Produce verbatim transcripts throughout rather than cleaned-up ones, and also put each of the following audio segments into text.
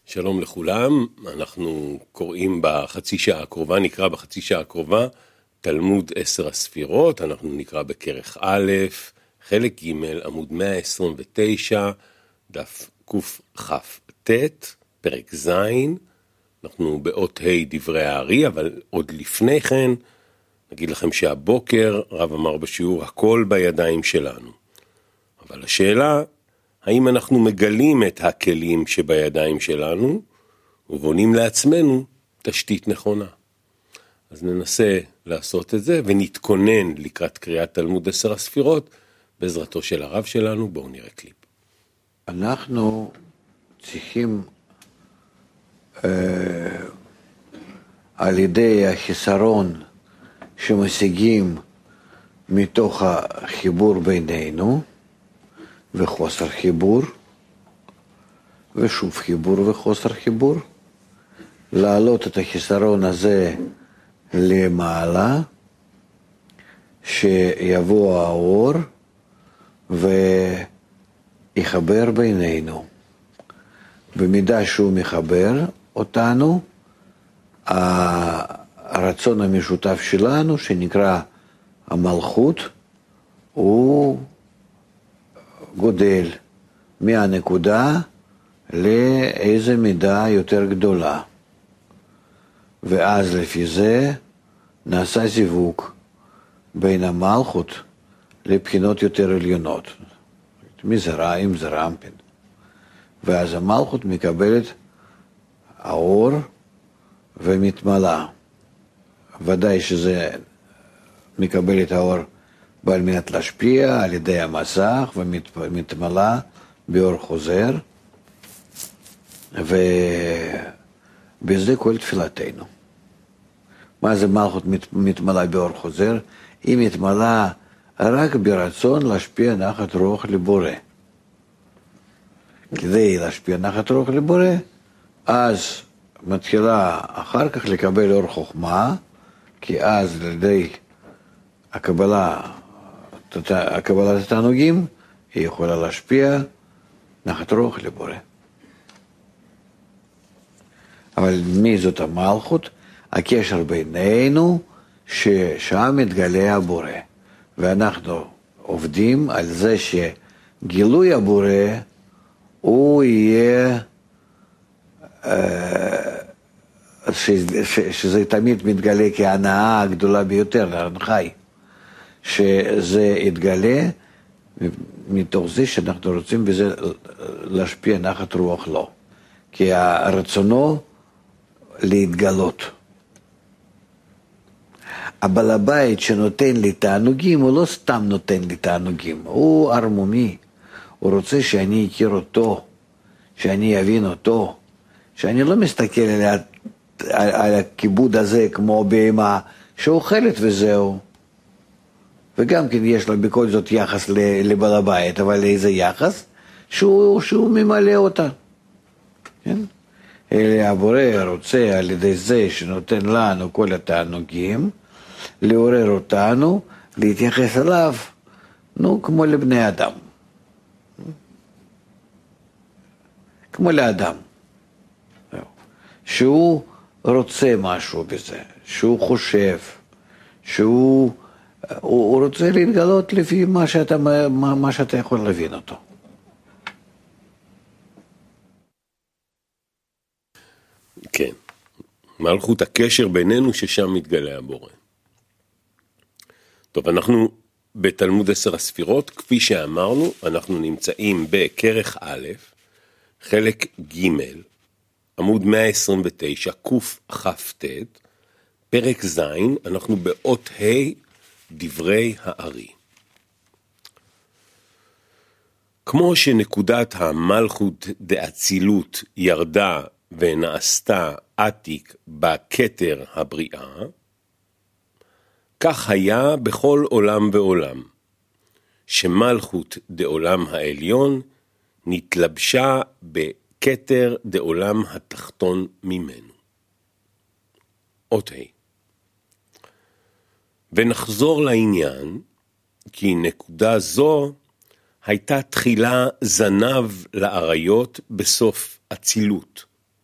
שלום לכולם, אנחנו קוראים בחצי שעה הקרובה, נקרא בחצי שעה הקרובה, תלמוד עשר הספירות, אנחנו נקרא בכרך א', חלק ג', עמוד מאה עשרים ותשע, דף קכ"ט, פרק ז', אנחנו באות ה' דברי הארי, אבל עוד לפני כן, נגיד לכם שהבוקר רב אמר בשיעור, הכל בידיים שלנו. אבל השאלה, האם אנחנו מגלים את הכלים שבידיים שלנו, ובונים לעצמנו תשתית נכונה. אז ננסה לעשות את זה, ונתכונן לקראת קריאת תלמוד עשר הספירות, בעזרתו של הרב שלנו. בואו נראה קליפ. אנחנו צריכים, אה, על ידי החיסרון שמשיגים מתוך החיבור בינינו, וחוסר חיבור, ושוב חיבור וחוסר חיבור, להעלות את החיסרון הזה למעלה, שיבוא האור ויחבר בינינו. במידה שהוא מחבר אותנו, הרצון המשותף שלנו, שנקרא המלכות, הוא גודל מהנקודה לאיזה מידה יותר גדולה. ואז לפי זה נעשה זיווג בין המלכות לבחינות יותר עליונות. מזרעים, זרעמפין. ואז המלכות מקבלת האור ומתמלאה. ודאי שזה מקבל את האור ועל מנת להשפיע על ידי המסך ומתמלא באור חוזר, ובזה כל תפילתנו. מה זה מלכות מתמלא באור חוזר? היא מתמלא רק ברצון להשפיע נחת רוח לבורא. כדי להשפיע נחת רוח לבורא, אז מתחילה אחר כך לקבל אור חוכמה, כי אז על ידי הקבלה הקבלת התענוגים, היא יכולה להשפיע נחת רוח לבורא. אבל מי זאת המלכות? הקשר בינינו, ששם מתגלה הבורא. ואנחנו עובדים על זה שגילוי הבורא, הוא יהיה, שזה תמיד מתגלה כהנאה הגדולה ביותר, להנחי. שזה יתגלה מתוך זה שאנחנו רוצים בזה להשפיע נחת רוח לו. כי הרצונו להתגלות. הבעל הבית שנותן לי תענוגים, הוא לא סתם נותן לי תענוגים, הוא ערמומי. הוא רוצה שאני אכיר אותו, שאני אבין אותו, שאני לא מסתכל על, על, על הכיבוד הזה כמו בהמה שאוכלת וזהו. וגם כן יש לו בכל זאת יחס לבעל הבית, אבל איזה יחס? שהוא, שהוא ממלא אותה. כן? אלא הבורא רוצה על ידי זה שנותן לנו כל התענוגים, לעורר אותנו, להתייחס אליו, נו, כמו לבני אדם. כמו לאדם. שהוא רוצה משהו בזה, שהוא חושב, שהוא... הוא, הוא רוצה להתגלות לפי מה שאתה, מה, מה שאתה יכול להבין אותו. כן, מלכות הקשר בינינו ששם מתגלה הבורא. טוב, אנחנו בתלמוד עשר הספירות, כפי שאמרנו, אנחנו נמצאים בכרך א', חלק ג', עמוד מאה עשרים ותשע, קכ"ט, פרק ז', אנחנו באות ה' דברי הארי. כמו שנקודת המלכות דאצילות ירדה ונעשתה עתיק בכתר הבריאה, כך היה בכל עולם ועולם, שמלכות דעולם העליון נתלבשה בכתר דעולם התחתון ממנו. אות ה'. ונחזור לעניין, כי נקודה זו הייתה תחילה זנב לאריות בסוף אצילות,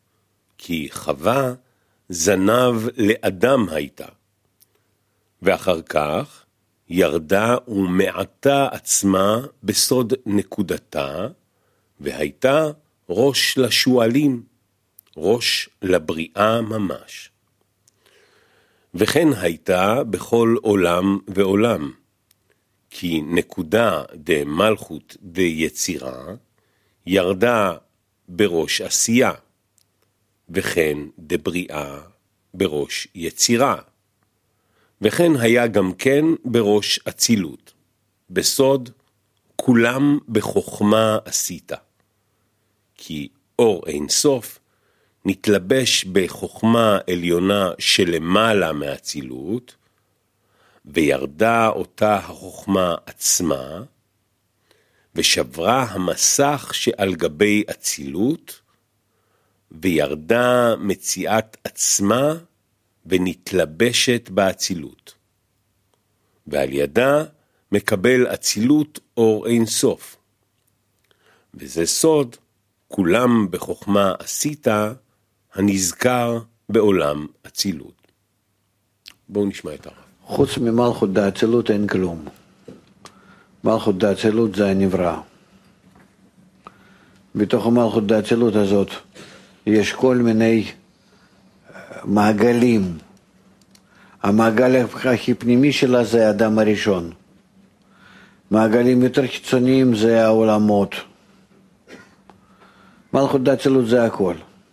כי חווה זנב לאדם הייתה, ואחר כך ירדה ומעטה עצמה בסוד נקודתה, והייתה ראש לשואלים, ראש לבריאה ממש. וכן הייתה בכל עולם ועולם, כי נקודה דה מלכות דה יצירה, ירדה בראש עשייה, וכן דה בריאה בראש יצירה. וכן היה גם כן בראש אצילות, בסוד כולם בחוכמה עשית. כי אור אין סוף נתלבש בחוכמה עליונה שלמעלה מהצילות, וירדה אותה החוכמה עצמה, ושברה המסך שעל גבי אצילות, וירדה מציאת עצמה ונתלבשת באצילות. ועל ידה מקבל אצילות אור אין סוף. וזה סוד, כולם בחוכמה עשית, הנזכר בעולם אצילות. בואו נשמע את הרב. חוץ ממלכות דאצילות אין כלום. מלכות דאצילות זה הנברא. בתוך המלכות דאצילות הזאת יש כל מיני מעגלים. המעגל הכי פנימי שלה זה האדם הראשון. מעגלים יותר חיצוניים זה העולמות. מלכות דאצילות זה הכל.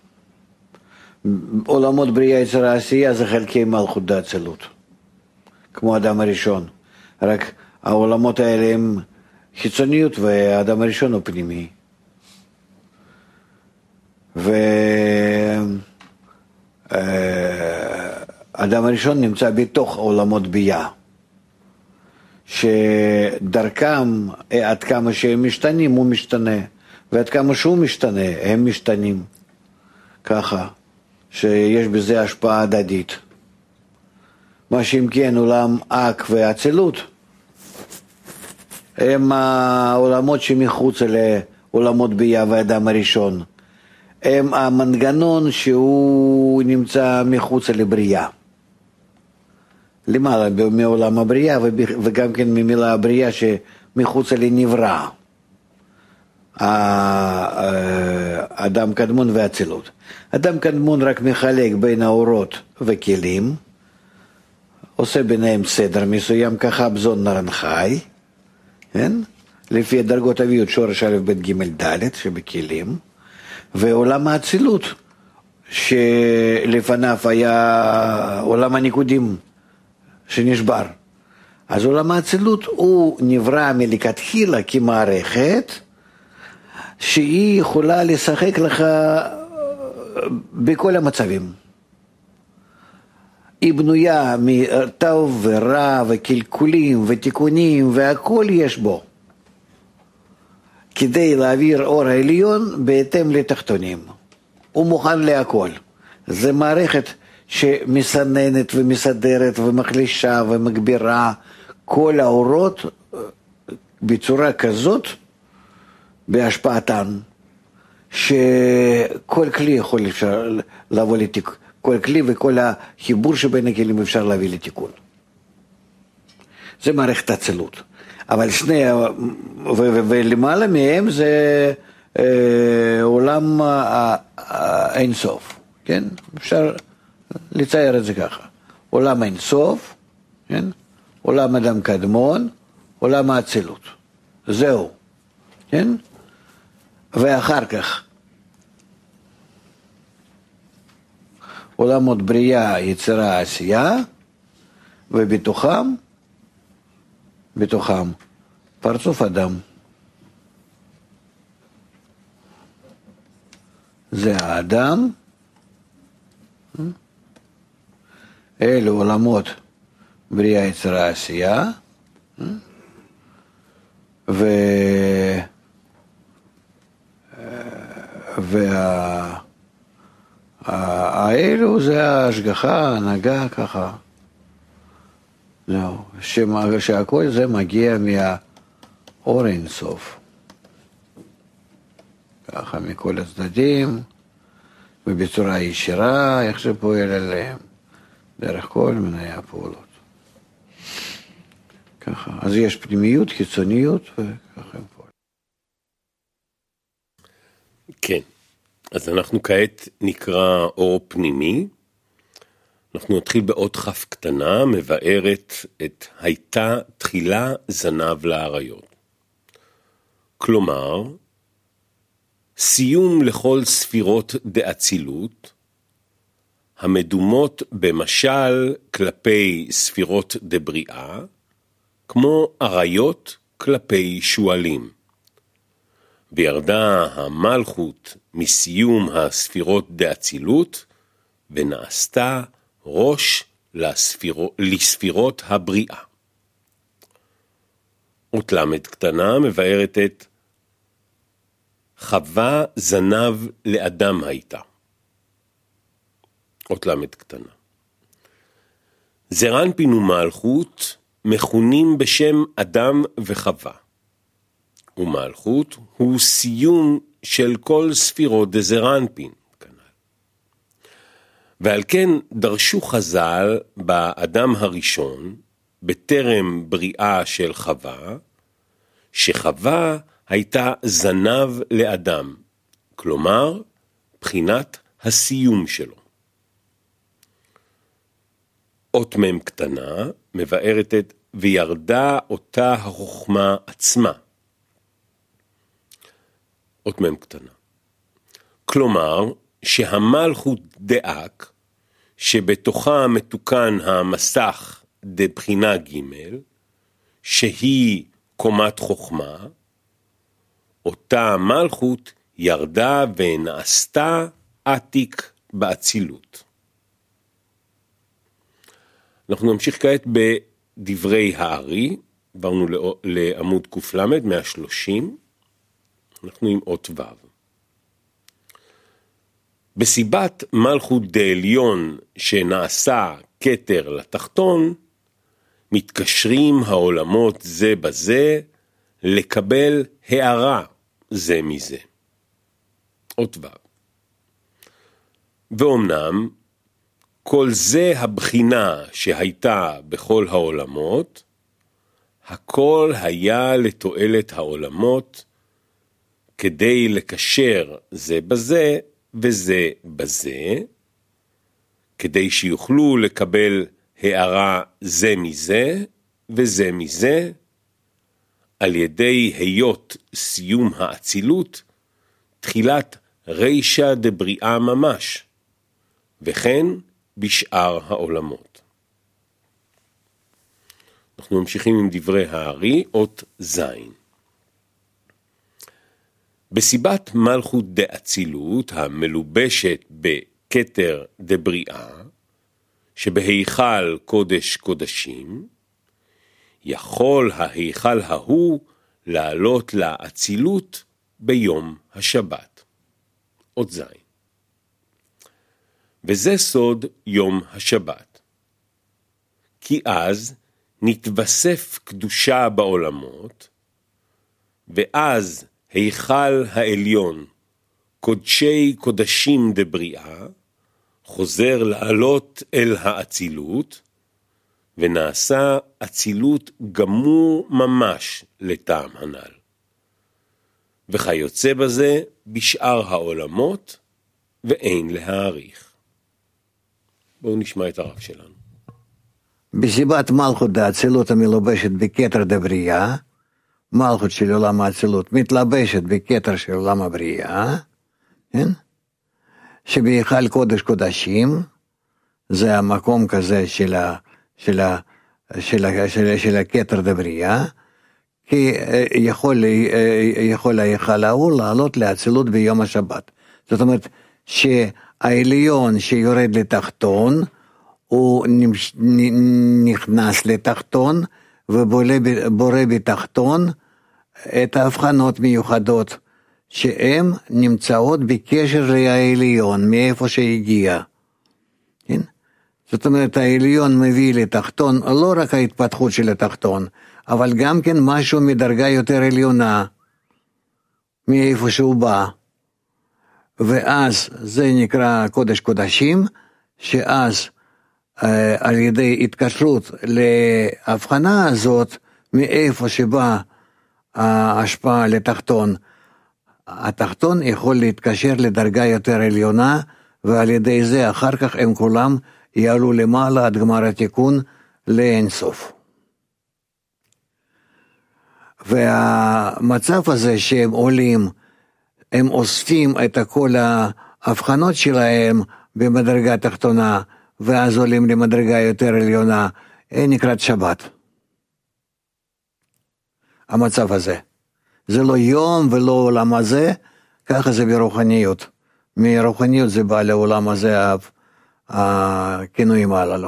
עולמות בריאה יצירה עשייה זה חלקי מלכות דאצילות. כמו האדם הראשון. רק העולמות האלה הם חיצוניות והאדם הראשון הוא פנימי. והאדם הראשון נמצא בתוך עולמות בייה. שדרכם עד כמה שהם משתנים הוא משתנה. ועד כמה שהוא משתנה הם משתנים. ככה. שיש בזה השפעה הדדית. מה שאם כן עולם אק והאצילות הם העולמות שמחוץ לעולמות בייה והאדם הראשון. הם המנגנון שהוא נמצא מחוץ לבריאה. למעלה מעולם הבריאה וגם כן ממילה הבריאה שמחוץ לנברא. האדם קדמון והאצילות. אדם קדמון רק מחלק בין האורות וכלים, עושה ביניהם סדר מסוים, ככה בזון נרן חי, כן? לפי דרגות אביות שורש א' ב' ג' ד' שבכלים, ועולם האצילות, שלפניו היה עולם הניקודים שנשבר. אז עולם האצילות הוא נברא מלכתחילה כמערכת, שהיא יכולה לשחק לך בכל המצבים. היא בנויה מטוב ורע וקלקולים ותיקונים והכל יש בו. כדי להעביר אור העליון בהתאם לתחתונים. הוא מוכן להכל. זה מערכת שמסננת ומסדרת ומחלישה ומגבירה כל האורות בצורה כזאת, בהשפעתן, שכל כלי יכול אפשר לבוא לתיקון, כל כלי וכל החיבור שבין הכלים אפשר להביא לתיקון. זה מערכת אצילות. אבל שני, ולמעלה מהם זה אה, עולם אין סוף, כן? אפשר לצייר את זה ככה. עולם אין סוף, כן? עולם אדם קדמון, עולם האצילות. זהו, כן? ואחר כך עולמות בריאה, יצירה, עשייה, ובתוכם, בתוכם, פרצוף אדם. זה האדם, אלו עולמות בריאה, יצירה, עשייה, ו... וה... האלו זה ההשגחה, ההנהגה, ככה. זהו, שהכל זה מגיע מהאור אין סוף. ככה מכל הצדדים, ובצורה ישירה, איך שפועל עליהם, דרך כל מיני הפעולות. ככה, אז יש פנימיות, חיצוניות, וככה הם פועלים. כן, אז אנחנו כעת נקרא אור פנימי, אנחנו נתחיל בעוד חף קטנה, מבארת את הייתה תחילה זנב לאריות. כלומר, סיום לכל ספירות דאצילות, המדומות במשל כלפי ספירות דבריאה, כמו אריות כלפי שואלים. וירדה המלכות מסיום הספירות דאצילות, ונעשתה ראש לספירות, לספירות הבריאה. אות למד קטנה מבארת את חווה זנב לאדם הייתה. אות למד קטנה. זרנפין ומלכות מכונים בשם אדם וחווה. ומלכות הוא סיום של כל ספירות דזרנפין. ועל כן דרשו חז"ל באדם הראשון, בטרם בריאה של חווה, שחווה הייתה זנב לאדם, כלומר, בחינת הסיום שלו. אות מם קטנה מבארת את וירדה אותה החוכמה עצמה. אות מם קטנה. כלומר, שהמלכות דאק, שבתוכה מתוקן המסך דבחינה ג', שהיא קומת חוכמה, אותה מלכות ירדה ונעשתה עתיק באצילות. אנחנו נמשיך כעת בדברי הארי, עברנו לעמוד קל"ד מאה ושלושים, אנחנו עם אות ו'. בסיבת מלכות דעליון שנעשה כתר לתחתון, מתקשרים העולמות זה בזה לקבל הערה זה מזה. אות ו'. ואומנם כל זה הבחינה שהייתה בכל העולמות, הכל היה לתועלת העולמות, כדי לקשר זה בזה וזה בזה, כדי שיוכלו לקבל הערה זה מזה וזה מזה, על ידי היות סיום האצילות, תחילת רישא דבריאה ממש, וכן בשאר העולמות. אנחנו ממשיכים עם דברי הארי, אות זין. בסיבת מלכות דאצילות המלובשת בכתר דבריאה, שבהיכל קודש קודשים, יכול ההיכל ההוא לעלות לאצילות ביום השבת. אות זין. וזה סוד יום השבת. כי אז נתווסף קדושה בעולמות, ואז היכל העליון, קודשי קודשים דבריאה, חוזר לעלות אל האצילות, ונעשה אצילות גמור ממש לטעם הנ"ל. וכיוצא בזה בשאר העולמות, ואין להאריך. בואו נשמע את הרב שלנו. בסיבת מלכות דאצילות המלובשת בכתר דבריאה, מלכות של עולם האצילות מתלבשת בכתר של עולם הבריאה, כן? שבהיכל קודש קודשים, זה המקום כזה של ה, של ה, של ה, של ה, של הכתר דבריאה, כי יכול, יכול ההיכל ההוא לעלות לאצילות ביום השבת. זאת אומרת, שהעליון שיורד לתחתון, הוא נכנס לתחתון, ובורא בתחתון את ההבחנות מיוחדות, שהן נמצאות בקשר לעליון, מאיפה שהגיע. כן? זאת אומרת, העליון מביא לתחתון, לא רק ההתפתחות של התחתון, אבל גם כן משהו מדרגה יותר עליונה, מאיפה שהוא בא. ואז זה נקרא קודש קודשים, שאז על ידי התקשרות להבחנה הזאת, מאיפה שבא ההשפעה לתחתון, התחתון יכול להתקשר לדרגה יותר עליונה, ועל ידי זה אחר כך הם כולם יעלו למעלה עד גמר התיקון לאינסוף. והמצב הזה שהם עולים, הם אוספים את כל ההבחנות שלהם במדרגה התחתונה, ואז עולים למדרגה יותר עליונה, נקראת שבת. המצב הזה. זה לא יום ולא עולם הזה, ככה זה ברוחניות. מרוחניות זה בא לעולם הזה, הכינויים הללו.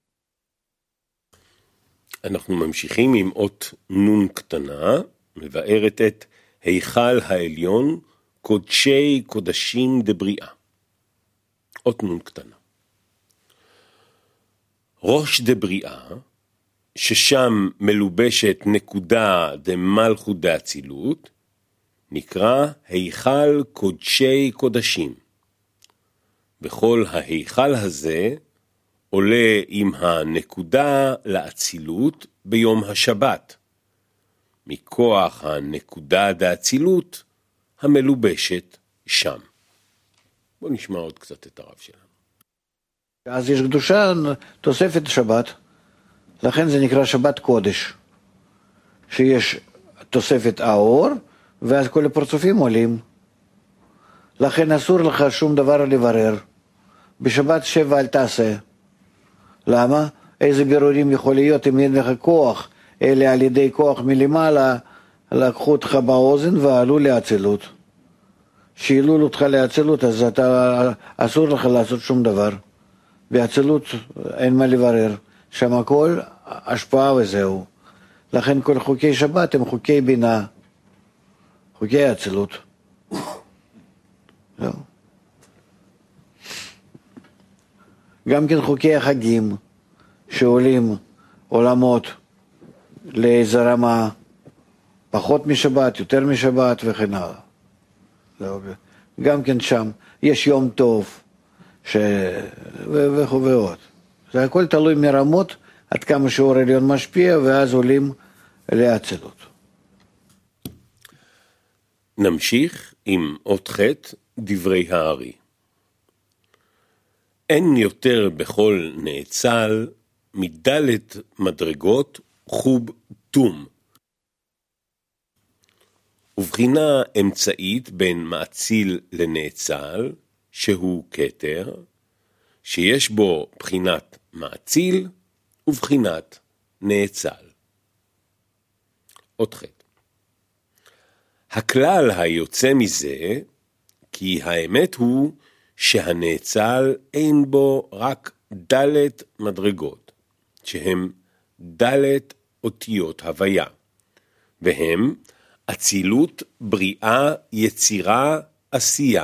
אנחנו ממשיכים עם אות נון קטנה, מבארת את היכל העליון, קודשי קודשים דבריאה. אות נון קטנה. ראש דבריאה, ששם מלובשת נקודה דמלכות דאצילות, נקרא היכל קודשי קודשים. בכל ההיכל הזה עולה עם הנקודה לאצילות ביום השבת, מכוח הנקודה דאצילות המלובשת שם. בואו נשמע עוד קצת את הרב שלנו. אז יש קדושה, תוספת שבת, לכן זה נקרא שבת קודש, שיש תוספת האור, ואז כל הפרצופים עולים. לכן אסור לך שום דבר לברר. בשבת שבע אל תעשה. למה? איזה בירורים יכול להיות אם אין לך כוח, אלא על ידי כוח מלמעלה, לקחו אותך באוזן ועלו לאצילות. שאילו אותך לאצילות, אז אתה, אסור לך לעשות שום דבר. באצילות אין מה לברר. שם הכל השפעה וזהו. לכן כל חוקי שבת הם חוקי בינה, חוקי אצילות. לא. גם כן חוקי החגים שעולים עולמות לאיזה רמה, פחות משבת, יותר משבת וכן הלאה. לא. גם כן שם יש יום טוב ש... ו... וכו' ועוד. זה הכל תלוי מרמות עד כמה שאור עליון משפיע, ואז עולים לאצילות. נמשיך עם אות ח' דברי הארי. אין יותר בכל נאצל מדלת מדרגות חוב תום, ובחינה אמצעית בין מאציל לנאצל, שהוא כתר, שיש בו בחינת מאציל ובחינת נאצל. אות ח'. הכלל היוצא מזה, כי האמת הוא שהנאצל אין בו רק דלת מדרגות, שהם דלת אותיות הוויה, והם אצילות, בריאה, יצירה, עשייה,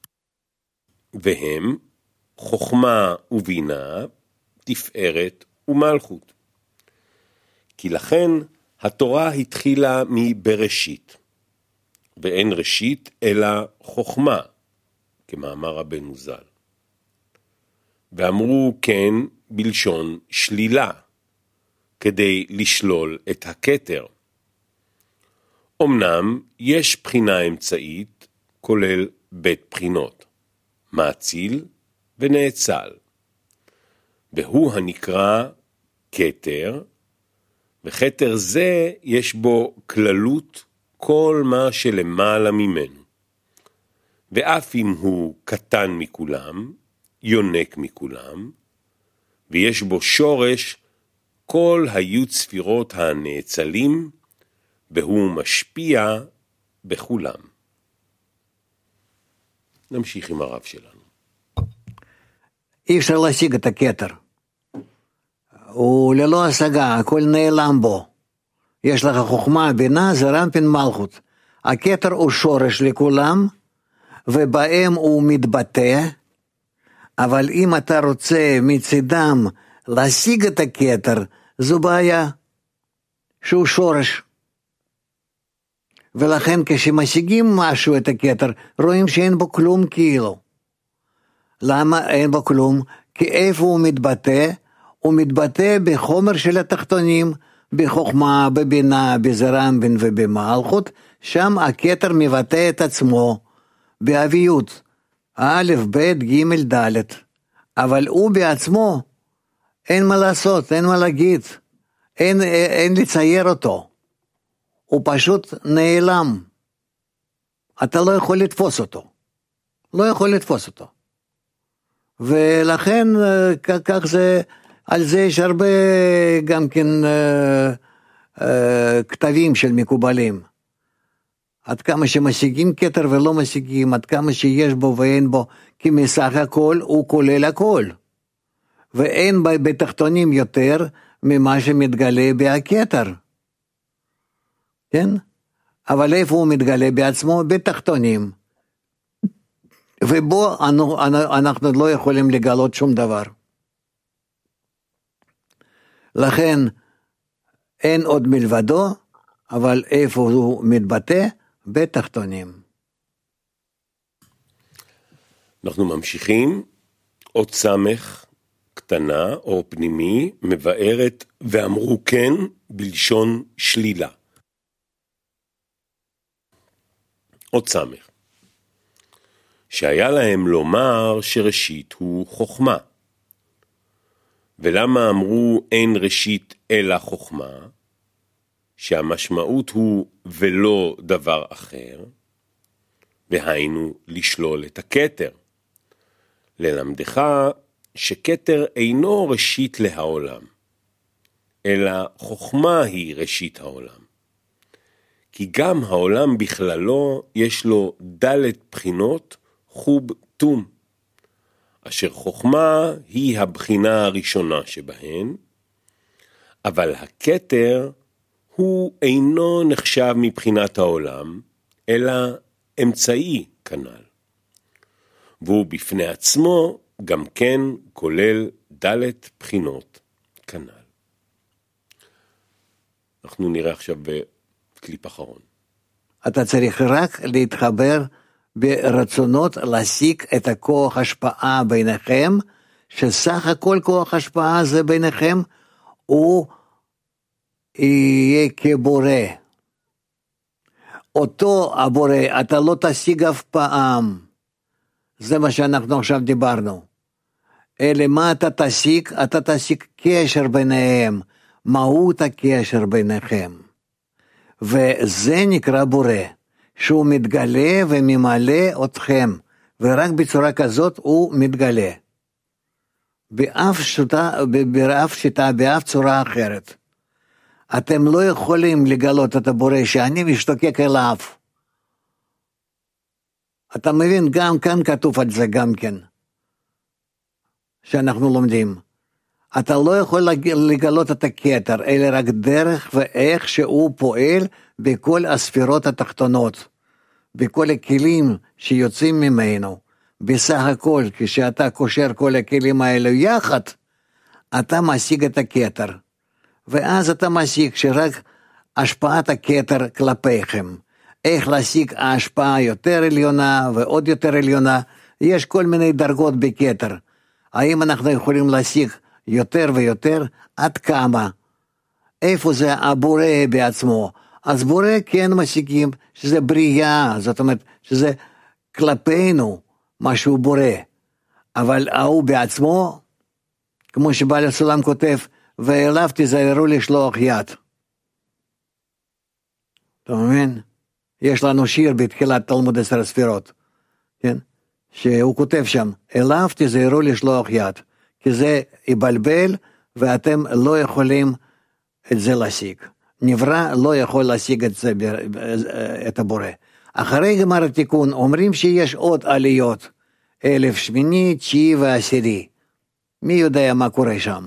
והם חוכמה ובינה, תפארת ומלכות. כי לכן התורה התחילה מבראשית, ואין ראשית אלא חוכמה, כמאמר רבנו ז"ל. ואמרו כן בלשון שלילה, כדי לשלול את הכתר. אמנם יש בחינה אמצעית, כולל בית בחינות, מאציל ונאצל, והוא הנקרא כתר, וכתר זה יש בו כללות כל מה שלמעלה ממנו. ואף אם הוא קטן מכולם, יונק מכולם, ויש בו שורש כל היו צפירות הנאצלים, והוא משפיע בכולם. נמשיך עם הרב שלנו. אי אפשר להשיג את הכתר. הוא ללא השגה, הכל נעלם בו. יש לך חוכמה, בינה, זה רמפין מלכות. הכתר הוא שורש לכולם, ובהם הוא מתבטא, אבל אם אתה רוצה מצידם להשיג את הכתר, זו בעיה, שהוא שורש. ולכן כשמשיגים משהו את הכתר, רואים שאין בו כלום כאילו. למה אין בו כלום? כי איפה הוא מתבטא? הוא מתבטא בחומר של התחתונים, בחוכמה, בבינה, בזרם ובמלכות, שם הכתר מבטא את עצמו, באביות, א', ב', ג', ד', אבל הוא בעצמו, אין מה לעשות, אין מה להגיד, אין, אין לצייר אותו, הוא פשוט נעלם, אתה לא יכול לתפוס אותו, לא יכול לתפוס אותו, ולכן כך זה, על זה יש הרבה גם כן אה, אה, כתבים של מקובלים, עד כמה שמשיגים כתר ולא משיגים, עד כמה שיש בו ואין בו, כי מסך הכל הוא כולל הכל, ואין בתחתונים יותר ממה שמתגלה בהכתר, כן? אבל איפה הוא מתגלה בעצמו? בתחתונים, ובו אנחנו, אנחנו לא יכולים לגלות שום דבר. לכן אין עוד מלבדו, אבל איפה הוא מתבטא? בתחתונים. אנחנו ממשיכים, עוד סמך קטנה או פנימי מבארת ואמרו כן בלשון שלילה. עוד סמך. שהיה להם לומר שראשית הוא חוכמה. ולמה אמרו אין ראשית אלא חוכמה? שהמשמעות הוא ולא דבר אחר, והיינו לשלול את הכתר. ללמדך שכתר אינו ראשית להעולם, אלא חוכמה היא ראשית העולם. כי גם העולם בכללו יש לו דלת בחינות חוב תום, אשר חוכמה היא הבחינה הראשונה שבהן, אבל הכתר הוא אינו נחשב מבחינת העולם, אלא אמצעי כנל. והוא בפני עצמו גם כן כולל דלת בחינות כנל. אנחנו נראה עכשיו בקליפ אחרון. אתה צריך רק להתחבר ברצונות להשיג את הכוח השפעה ביניכם, שסך הכל כוח השפעה זה ביניכם, הוא יהיה כבורא. אותו הבורא, אתה לא תשיג אף פעם. זה מה שאנחנו עכשיו דיברנו. אלא מה אתה תשיג? אתה תשיג קשר ביניהם, מהות הקשר ביניכם. וזה נקרא בורא, שהוא מתגלה וממלא אתכם, ורק בצורה כזאת הוא מתגלה. באף שיטה, באף שיטה, באף צורה אחרת. אתם לא יכולים לגלות את הבורא שאני משתוקק אליו. אתה מבין, גם כאן כתוב על זה גם כן, שאנחנו לומדים. אתה לא יכול לגלות את הכתר, אלא רק דרך ואיך שהוא פועל בכל הספירות התחתונות, בכל הכלים שיוצאים ממנו. בסך הכל, כשאתה קושר כל הכלים האלו יחד, אתה משיג את הכתר. ואז אתה משיג שרק השפעת הכתר כלפיכם. איך להשיג ההשפעה יותר עליונה ועוד יותר עליונה, יש כל מיני דרגות בכתר. האם אנחנו יכולים להשיג יותר ויותר? עד כמה? איפה זה הבורא בעצמו? אז בורא כן משיגים שזה בריאה, זאת אומרת שזה כלפינו משהו בורא. אבל הוא בעצמו, כמו שבעל הסולם כותב, ואליו תזהרו לשלוח יד. אתה מבין? יש לנו שיר בתחילת תלמוד עשר הספירות, כן? שהוא כותב שם, אליו תזהרו לשלוח יד, כי זה יבלבל ואתם לא יכולים את זה להשיג. נברא לא יכול להשיג את זה, את הבורא. אחרי גמר התיקון אומרים שיש עוד עליות, אלף שמיני, תשיעי ועשירי. מי יודע מה קורה שם?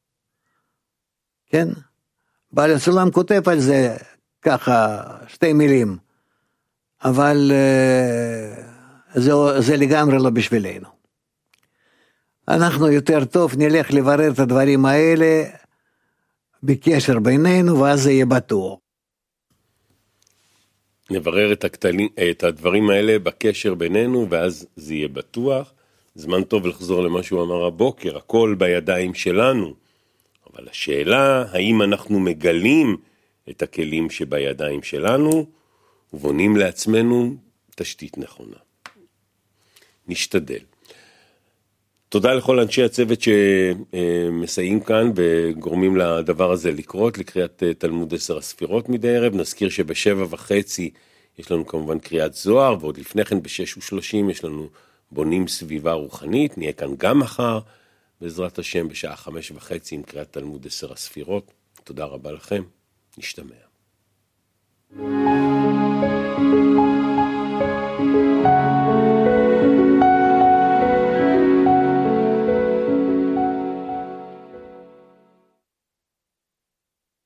כן? בעל הסולם כותב על זה ככה שתי מילים, אבל זה, זה לגמרי לא בשבילנו. אנחנו יותר טוב נלך לברר את הדברים האלה בקשר בינינו, ואז זה יהיה בטוח. נברר את, הכתלים, את הדברים האלה בקשר בינינו, ואז זה יהיה בטוח. זמן טוב לחזור למה שהוא אמר הבוקר, הכל בידיים שלנו. אבל השאלה, האם אנחנו מגלים את הכלים שבידיים שלנו, ובונים לעצמנו תשתית נכונה. נשתדל. תודה לכל אנשי הצוות שמסייעים כאן וגורמים לדבר הזה לקרות, לקריאת תלמוד עשר הספירות מדי ערב. נזכיר שבשבע וחצי יש לנו כמובן קריאת זוהר, ועוד לפני כן בשש ושלושים יש לנו בונים סביבה רוחנית. נהיה כאן גם מחר, בעזרת השם, בשעה חמש וחצי עם קריאת תלמוד עשר הספירות. תודה רבה לכם, נשתמע.